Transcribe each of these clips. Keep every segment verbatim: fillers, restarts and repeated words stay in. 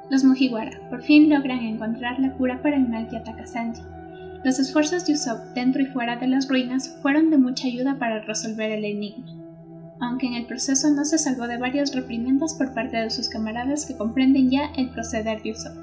Los Mugiwara por fin logran encontrar la cura para el mal que ataca a Sanji. Los esfuerzos de Usopp dentro y fuera de las ruinas fueron de mucha ayuda para resolver el enigma, aunque en el proceso no se salvó de varias reprimendas por parte de sus camaradas que comprenden ya el proceder de Usopp.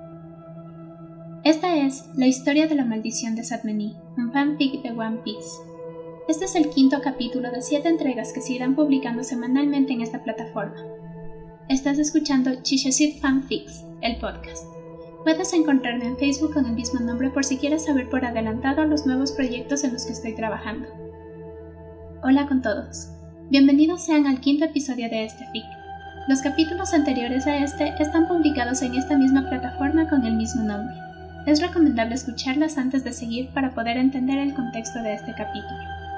Esta es la historia de la maldición de Satsuma, un fanfic de One Piece. Este es el quinto capítulo de siete entregas que se irán publicando semanalmente en esta plataforma. Estás escuchando Shishasid Fanfics, el podcast. Puedes encontrarme en Facebook con el mismo nombre por si quieres saber por adelantado los nuevos proyectos en los que estoy trabajando. Hola con todos. Bienvenidos sean al quinto episodio de este fic. Los capítulos anteriores a este están publicados en esta misma plataforma con el mismo nombre. Es recomendable escucharlas antes de seguir para poder entender el contexto de este capítulo.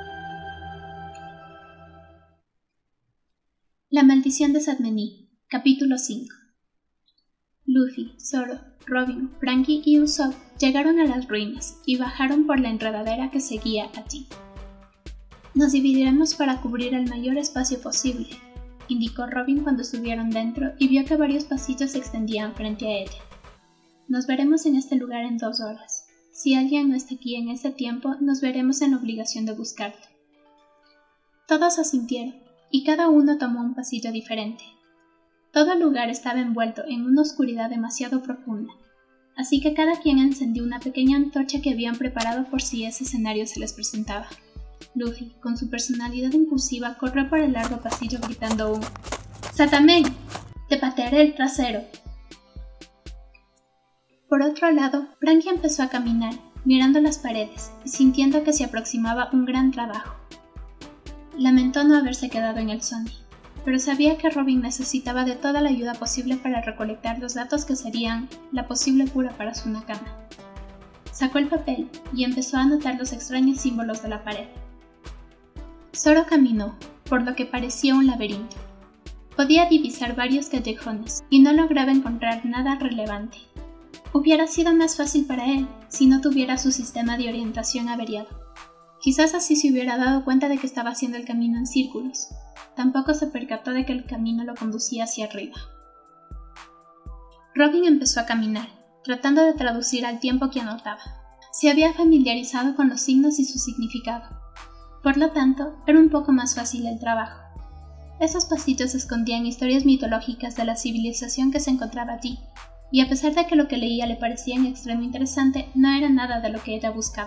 La maldición de Satsuma, capítulo cinco. Luffy, Zoro, Robin, Franky y Usopp llegaron a las ruinas y bajaron por la enredadera que seguía allí. Nos dividiremos para cubrir el mayor espacio posible, indicó Robin cuando estuvieron dentro y vio que varios pasillos se extendían frente a ella. Nos veremos en este lugar en dos horas. Si alguien no está aquí en ese tiempo, nos veremos en la obligación de buscarte. Todos asintieron, y cada uno tomó un pasillo diferente. Todo el lugar estaba envuelto en una oscuridad demasiado profunda, así que cada quien encendió una pequeña antorcha que habían preparado por si ese escenario se les presentaba. Luffy, con su personalidad impulsiva, corrió por el largo pasillo gritando un «¡Satamen! ¡Te patearé el trasero!». Por otro lado, Franky empezó a caminar, mirando las paredes y sintiendo que se aproximaba un gran trabajo. Lamentó no haberse quedado en el Sony, pero sabía que Robin necesitaba de toda la ayuda posible para recolectar los datos que serían la posible cura para su Nakama. Sacó el papel y empezó a anotar los extraños símbolos de la pared. Zoro caminó, por lo que parecía un laberinto. Podía divisar varios callejones y no lograba encontrar nada relevante. Hubiera sido más fácil para él si no tuviera su sistema de orientación averiado. Quizás así se hubiera dado cuenta de que estaba haciendo el camino en círculos. Tampoco se percató de que el camino lo conducía hacia arriba. Robin empezó a caminar, tratando de traducir al tiempo que anotaba. Se había familiarizado con los signos y su significado. Por lo tanto, era un poco más fácil el trabajo. Esos pasillos escondían historias mitológicas de la civilización que se encontraba allí, y a pesar de que lo que leía le parecía en extremo interesante, no era nada de lo que ella buscaba.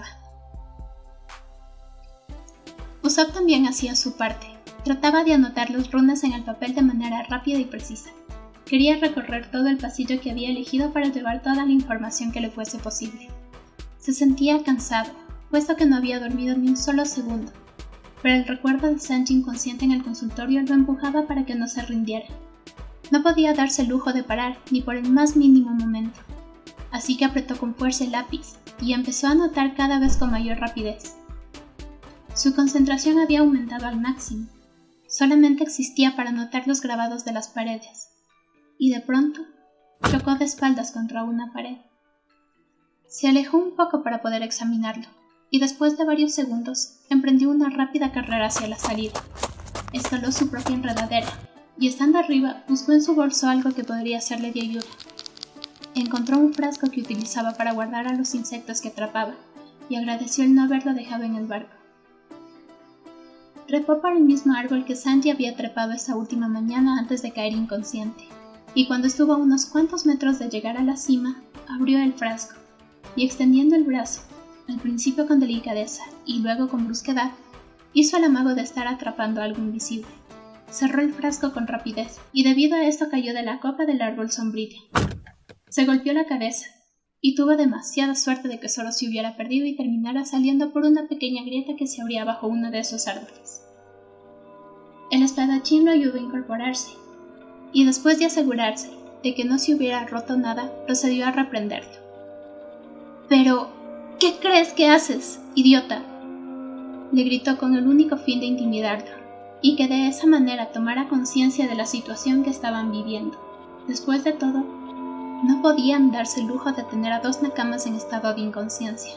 Usopp también hacía su parte. Trataba de anotar las runas en el papel de manera rápida y precisa. Quería recorrer todo el pasillo que había elegido para llevar toda la información que le fuese posible. Se sentía cansado, puesto que no había dormido ni un solo segundo, pero el recuerdo de Sanji inconsciente en el consultorio lo empujaba para que no se rindiera. No podía darse el lujo de parar ni por el más mínimo momento, así que apretó con fuerza el lápiz y empezó a anotar cada vez con mayor rapidez. Su concentración había aumentado al máximo. Solamente existía para notar los grabados de las paredes, y de pronto chocó de espaldas contra una pared. Se alejó un poco para poder examinarlo, y después de varios segundos emprendió una rápida carrera hacia la salida. Escaló su propia enredadera, y estando arriba buscó en su bolso algo que podría serle de ayuda. Encontró un frasco que utilizaba para guardar a los insectos que atrapaba, y agradeció el no haberlo dejado en el barco. Trepó por el mismo árbol que Sanji había trepado esa última mañana antes de caer inconsciente, y cuando estuvo a unos cuantos metros de llegar a la cima, abrió el frasco, y extendiendo el brazo, al principio con delicadeza y luego con brusquedad, hizo el amago de estar atrapando algo invisible. Cerró el frasco con rapidez, y debido a esto cayó de la copa del árbol sombrío. Se golpeó la cabeza, y tuvo demasiada suerte de que Zoro se hubiera perdido y terminara saliendo por una pequeña grieta que se abría bajo uno de esos árboles. El espadachín lo ayudó a incorporarse, y después de asegurarse de que no se hubiera roto nada, procedió a reprenderlo. «Pero, ¿qué crees que haces, idiota?», le gritó con el único fin de intimidarlo, y que de esa manera tomara conciencia de la situación que estaban viviendo. Después de todo, no podían darse el lujo de tener a dos nakamas en estado de inconsciencia.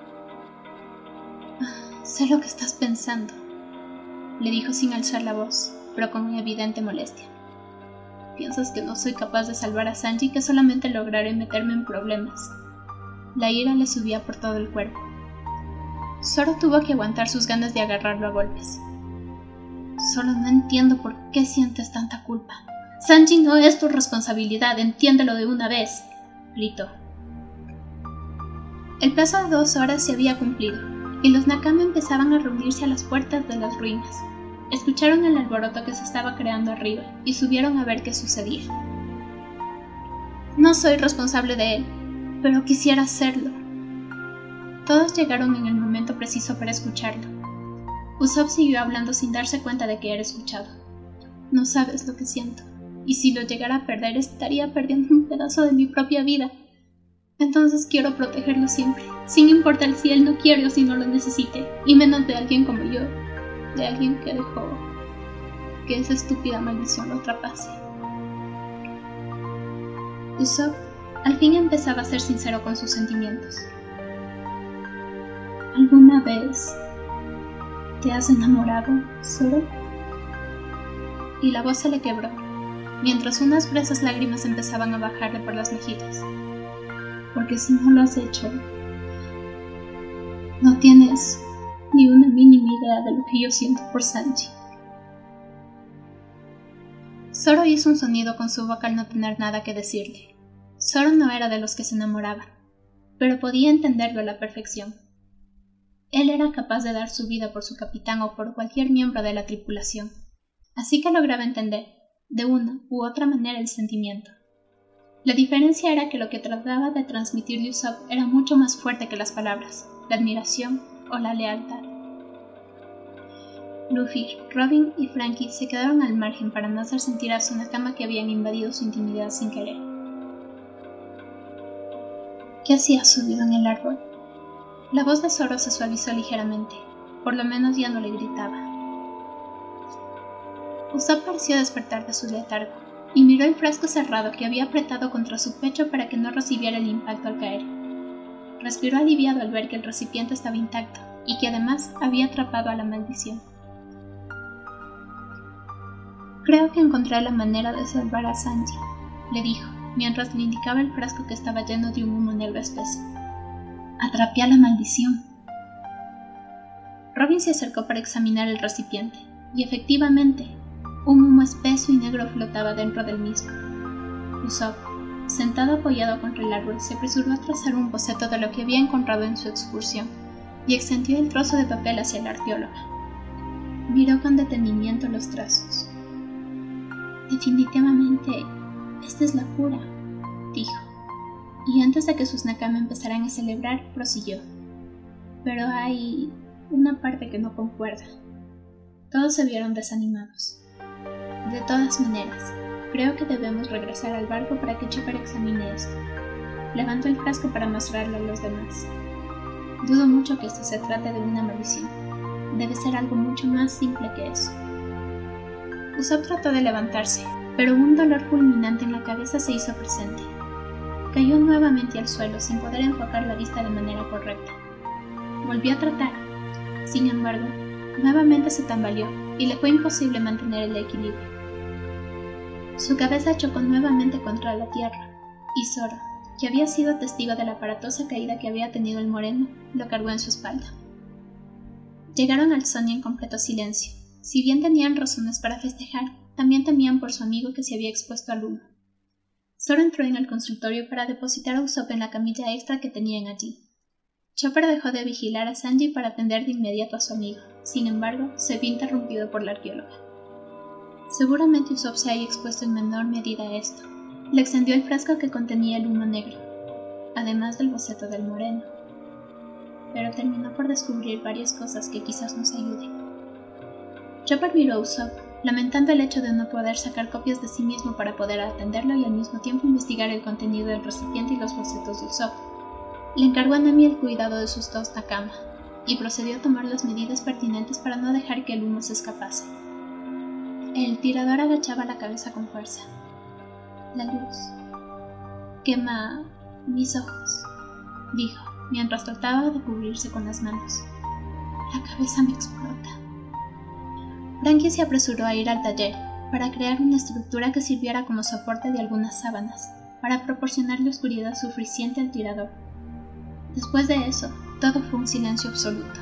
Ah, sé lo que estás pensando, le dijo sin alzar la voz, pero con evidente molestia. ¿Piensas que no soy capaz de salvar a Sanji y que solamente lograré meterme en problemas? La ira le subía por todo el cuerpo. Zoro tuvo que aguantar sus ganas de agarrarlo a golpes. Solo no entiendo por qué sientes tanta culpa. Sanji no es tu responsabilidad, entiéndelo de una vez, gritó. El plazo de dos horas se había cumplido, y los Nakama empezaban a reunirse a las puertas de las ruinas. Escucharon el alboroto que se estaba creando arriba, y subieron a ver qué sucedía. No soy responsable de él, pero quisiera hacerlo. Todos llegaron en el momento preciso para escucharlo. Usopp siguió hablando sin darse cuenta de que era escuchado. No sabes lo que siento, y si lo llegara a perder estaría perdiendo un pedazo de mi propia vida. Entonces quiero protegerlo siempre, sin importar si él no quiere o si no lo necesite, y menos de alguien como yo, de alguien que dejó que esa estúpida maldición lo atrapase. Usopp al fin empezaba a ser sincero con sus sentimientos. ¿Alguna vez te has enamorado, Zoro? Y la voz se le quebró, mientras unas gruesas lágrimas empezaban a bajarle por las mejillas. Porque si no lo has hecho, no tienes ni una mínima idea de lo que yo siento por Sanji. Zoro hizo un sonido con su boca al no tener nada que decirle. Zoro no era de los que se enamoraban, pero podía entenderlo a la perfección. Él era capaz de dar su vida por su capitán o por cualquier miembro de la tripulación, así que lograba entender, de una u otra manera, el sentimiento. La diferencia era que lo que trataba de transmitirle Usopp era mucho más fuerte que las palabras, la admiración o la lealtad. Luffy, Robin y Franky se quedaron al margen para no hacer sentir a su Nakama que habían invadido su intimidad sin querer. ¿Qué hacía subido en el árbol? La voz de Zoro se suavizó ligeramente, por lo menos ya no le gritaba. Usopp pareció despertar de su letargo, y miró el frasco cerrado que había apretado contra su pecho para que no recibiera el impacto al caer. Respiró aliviado al ver que el recipiente estaba intacto, y que además había atrapado a la maldición. Creo que encontré la manera de salvar a Sanji, le dijo, mientras le indicaba el frasco que estaba lleno de un humo negro espeso. Atrapé a la maldición. Robin se acercó para examinar el recipiente, y efectivamente, un humo espeso y negro flotaba dentro del mismo. Usopp, sentado apoyado contra el árbol, se apresuró a trazar un boceto de lo que había encontrado en su excursión, y extendió el trozo de papel hacia la arqueóloga. Miró con detenimiento los trazos. Definitivamente, esta es la cura, dijo, y antes de que sus Nakama empezaran a celebrar, prosiguió. Pero hay una parte que no concuerda. Todos se vieron desanimados. De todas maneras, creo que debemos regresar al barco para que Chopper examine esto. Levantó el frasco para mostrarlo a los demás. Dudo mucho que esto se trate de una maldición. Debe ser algo mucho más simple que eso. Usopp trató de levantarse, pero un dolor fulminante en la cabeza se hizo presente. Cayó nuevamente al suelo sin poder enfocar la vista de manera correcta. Volvió a tratar. Sin embargo, nuevamente se tambaleó y le fue imposible mantener el equilibrio. Su cabeza chocó nuevamente contra la tierra, y Zoro, que había sido testigo de la aparatosa caída que había tenido el moreno, lo cargó en su espalda. Llegaron al Sonia en completo silencio. Si bien tenían razones para festejar, también temían por su amigo que se había expuesto al humo. Zoro entró en el consultorio para depositar a Usopp en la camilla extra que tenían allí. Chopper dejó de vigilar a Sanji para atender de inmediato a su amigo. Sin embargo, se vio interrumpido por la arqueóloga. Seguramente Usopp se haya expuesto en menor medida a esto. Le extendió el frasco que contenía el humo negro, además del boceto del moreno. Pero terminó por descubrir varias cosas que quizás nos ayuden. Chopper miró a Usopp, lamentando el hecho de no poder sacar copias de sí mismo para poder atenderlo y al mismo tiempo investigar el contenido del recipiente y los bocetos de Usopp. Le encargó a Nami el cuidado de sus dos Nakama, y procedió a tomar las medidas pertinentes para no dejar que el humo se escapase. El tirador agachaba la cabeza con fuerza. La luz quema mis ojos, dijo, mientras trataba de cubrirse con las manos. La cabeza me explota. Franky se apresuró a ir al taller, para crear una estructura que sirviera como soporte de algunas sábanas, para proporcionarle oscuridad suficiente al tirador. Después de eso, todo fue un silencio absoluto.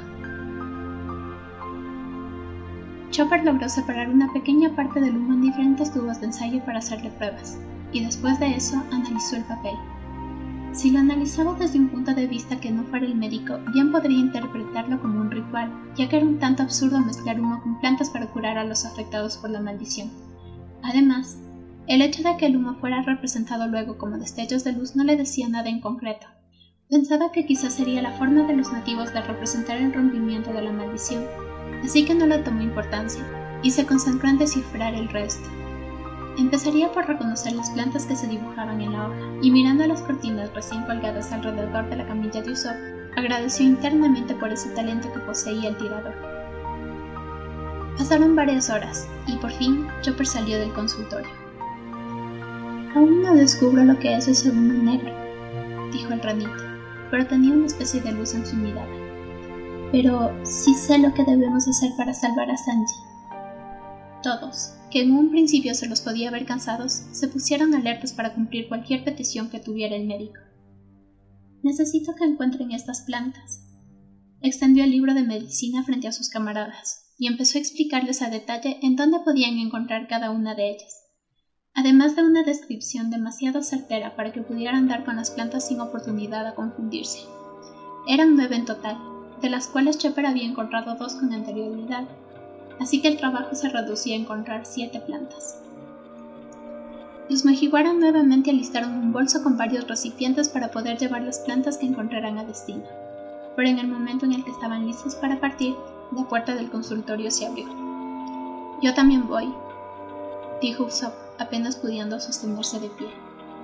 Chopper logró separar una pequeña parte del humo en diferentes tubos de ensayo para hacerle pruebas, y después de eso analizó el papel. Si lo analizaba desde un punto de vista que no fuera el médico, bien podría interpretarlo como un ritual, ya que era un tanto absurdo mezclar humo con plantas para curar a los afectados por la maldición. Además, el hecho de que el humo fuera representado luego como destellos de luz no le decía nada en concreto. Pensaba que quizás sería la forma de los nativos de representar el rompimiento de la maldición, así que no le tomó importancia, y se concentró en descifrar el resto. Empezaría por reconocer las plantas que se dibujaban en la hoja, y mirando las cortinas recién colgadas alrededor de la camilla de Usopp, agradeció internamente por ese talento que poseía el tirador. Pasaron varias horas, y por fin Chopper salió del consultorio. «Aún no descubro lo que es ese humo negro», dijo el ranito, pero tenía una especie de luz en su mirada. «Pero sí sé lo que debemos hacer para salvar a Sanji». Todos, que en un principio se los podía ver cansados, se pusieron alertas para cumplir cualquier petición que tuviera el médico. «Necesito que encuentren estas plantas». Extendió el libro de medicina frente a sus camaradas, y empezó a explicarles a detalle en dónde podían encontrar cada una de ellas, además de una descripción demasiado certera para que pudieran dar con las plantas sin oportunidad a confundirse. Eran nueve en total, de las cuales Chopper había encontrado dos con anterioridad, así que el trabajo se reducía a encontrar siete plantas. Los Mugiwara nuevamente alistaron un bolso con varios recipientes para poder llevar las plantas que encontraran a destino, pero en el momento en el que estaban listos para partir, la puerta del consultorio se abrió. «Yo también voy», dijo Usopp, apenas pudiendo sostenerse de pie.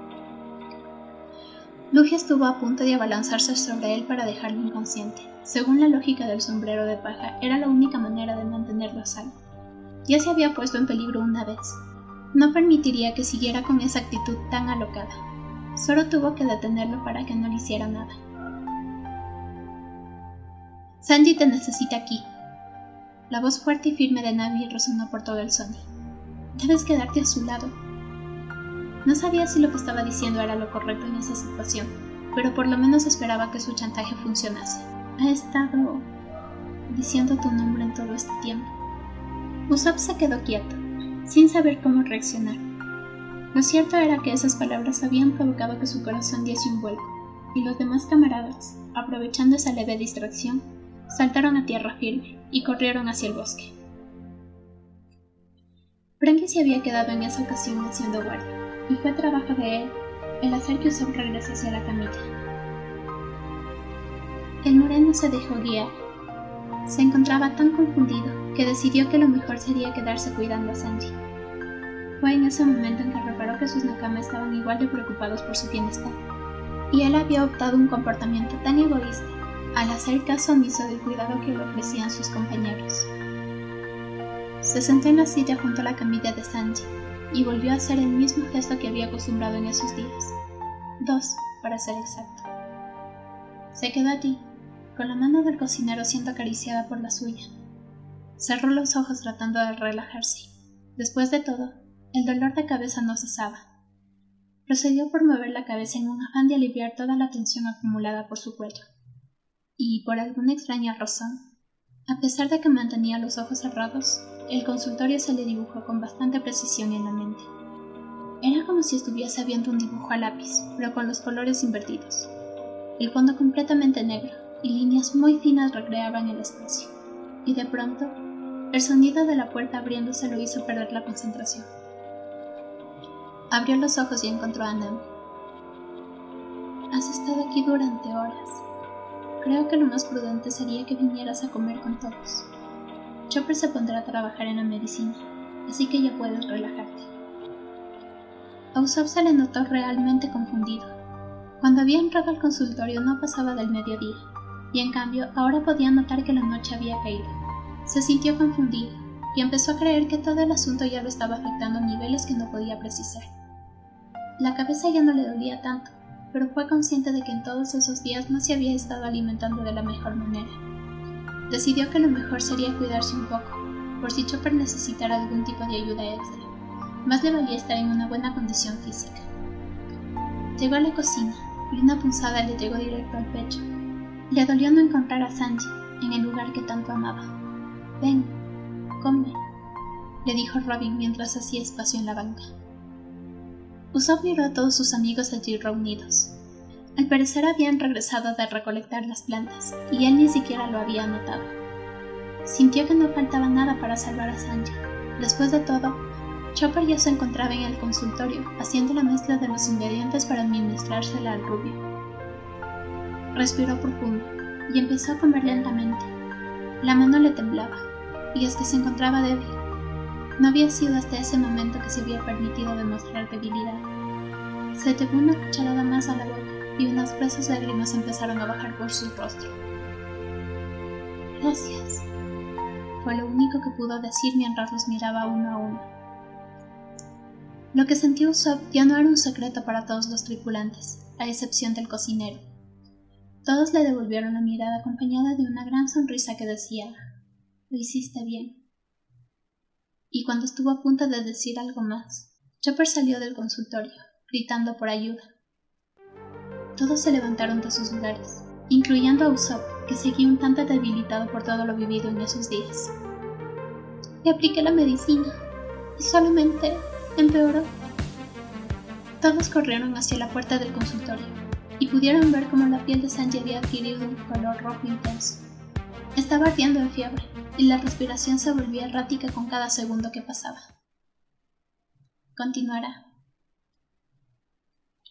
Luffy estuvo a punto de abalanzarse sobre él para dejarlo inconsciente. Según la lógica del sombrero de paja, era la única manera de mantenerlo a salvo. Ya se había puesto en peligro una vez. No permitiría que siguiera con esa actitud tan alocada. Zoro tuvo que detenerlo para que no le hiciera nada. «Sanji te necesita aquí». La voz fuerte y firme de Nami resonó por todo el Sony. «Debes quedarte a su lado». No sabía si lo que estaba diciendo era lo correcto en esa situación, pero por lo menos esperaba que su chantaje funcionase. «Ha estado diciendo tu nombre en todo este tiempo». Usopp se quedó quieto, sin saber cómo reaccionar. Lo cierto era que esas palabras habían provocado que su corazón diese un vuelco, y los demás camaradas, aprovechando esa leve distracción, saltaron a tierra firme y corrieron hacia el bosque. Franky se había quedado en esa ocasión haciendo guardia, y fue trabajo de él el hacer que Usopp regrese hacia la camilla. El moreno se dejó guiar. Se encontraba tan confundido que decidió que lo mejor sería quedarse cuidando a Sanji. Fue en ese momento en que reparó que sus Nakama estaban igual de preocupados por su bienestar, y él había optado un comportamiento tan egoísta al hacer caso omiso del cuidado que le ofrecían sus compañeros. Se sentó en la silla junto a la camilla de Sanji y volvió a hacer el mismo gesto que había acostumbrado en esos días. Dos, para ser exacto. Se quedó allí, con la mano del cocinero siendo acariciada por la suya. Cerró los ojos tratando de relajarse. Después de todo, el dolor de cabeza no cesaba. Procedió por mover la cabeza en un afán de aliviar toda la tensión acumulada por su cuello. Y, por alguna extraña razón, a pesar de que mantenía los ojos cerrados, el consultorio se le dibujó con bastante precisión en la mente. Era como si estuviese viendo un dibujo a lápiz, pero con los colores invertidos. El fondo completamente negro y líneas muy finas recreaban el espacio. Y de pronto, el sonido de la puerta abriéndose lo hizo perder la concentración. Abrió los ojos y encontró a Nami. «Has estado aquí durante horas. Creo que lo más prudente sería que vinieras a comer con todos. Chopper se pondrá a trabajar en la medicina, así que ya puedes relajarte». A Usopp se le notó realmente confundido. Cuando había entrado al consultorio no pasaba del mediodía, y en cambio ahora podía notar que la noche había caído. Se sintió confundido, y empezó a creer que todo el asunto ya lo estaba afectando a niveles que no podía precisar. La cabeza ya no le dolía tanto, pero fue consciente de que en todos esos días no se había estado alimentando de la mejor manera. Decidió que lo mejor sería cuidarse un poco, por si Chopper necesitara algún tipo de ayuda extra, Más le valía estar en una buena condición física. Llegó a la cocina y una punzada le llegó directo al pecho. Le dolió no encontrar a Sanji en el lugar que tanto amaba. «Ven, come», le dijo Robin mientras hacía espacio en la banca. Usopp miró a todos sus amigos allí reunidos. Al parecer habían regresado de recolectar las plantas, y él ni siquiera lo había notado. Sintió que no faltaba nada para salvar a Sanji. Después de todo, Chopper ya se encontraba en el consultorio, haciendo la mezcla de los ingredientes para administrársela al rubio. Respiró profundo, y empezó a comer lentamente. La mano le temblaba, y es que se encontraba débil. No había sido hasta ese momento que se había permitido demostrar debilidad. Se llevó una cucharada más a la boca, y unas gruesas lágrimas empezaron a bajar por su rostro. «Gracias», fue lo único que pudo decir mientras los miraba uno a uno. Lo que sintió Usopp ya no era un secreto para todos los tripulantes, a excepción del cocinero. Todos le devolvieron la mirada acompañada de una gran sonrisa que decía: «Lo hiciste bien». Y cuando estuvo a punto de decir algo más, Chopper salió del consultorio, gritando por ayuda. Todos se levantaron de sus lugares, incluyendo a Usopp, que seguía un tanto debilitado por todo lo vivido en esos días. «Le apliqué la medicina, y solamente empeoró». Todos corrieron hacia la puerta del consultorio, y pudieron ver cómo la piel de Sanji había adquirido un color rojo intenso. Estaba ardiendo de fiebre, y la respiración se volvía errática con cada segundo que pasaba. Continuará.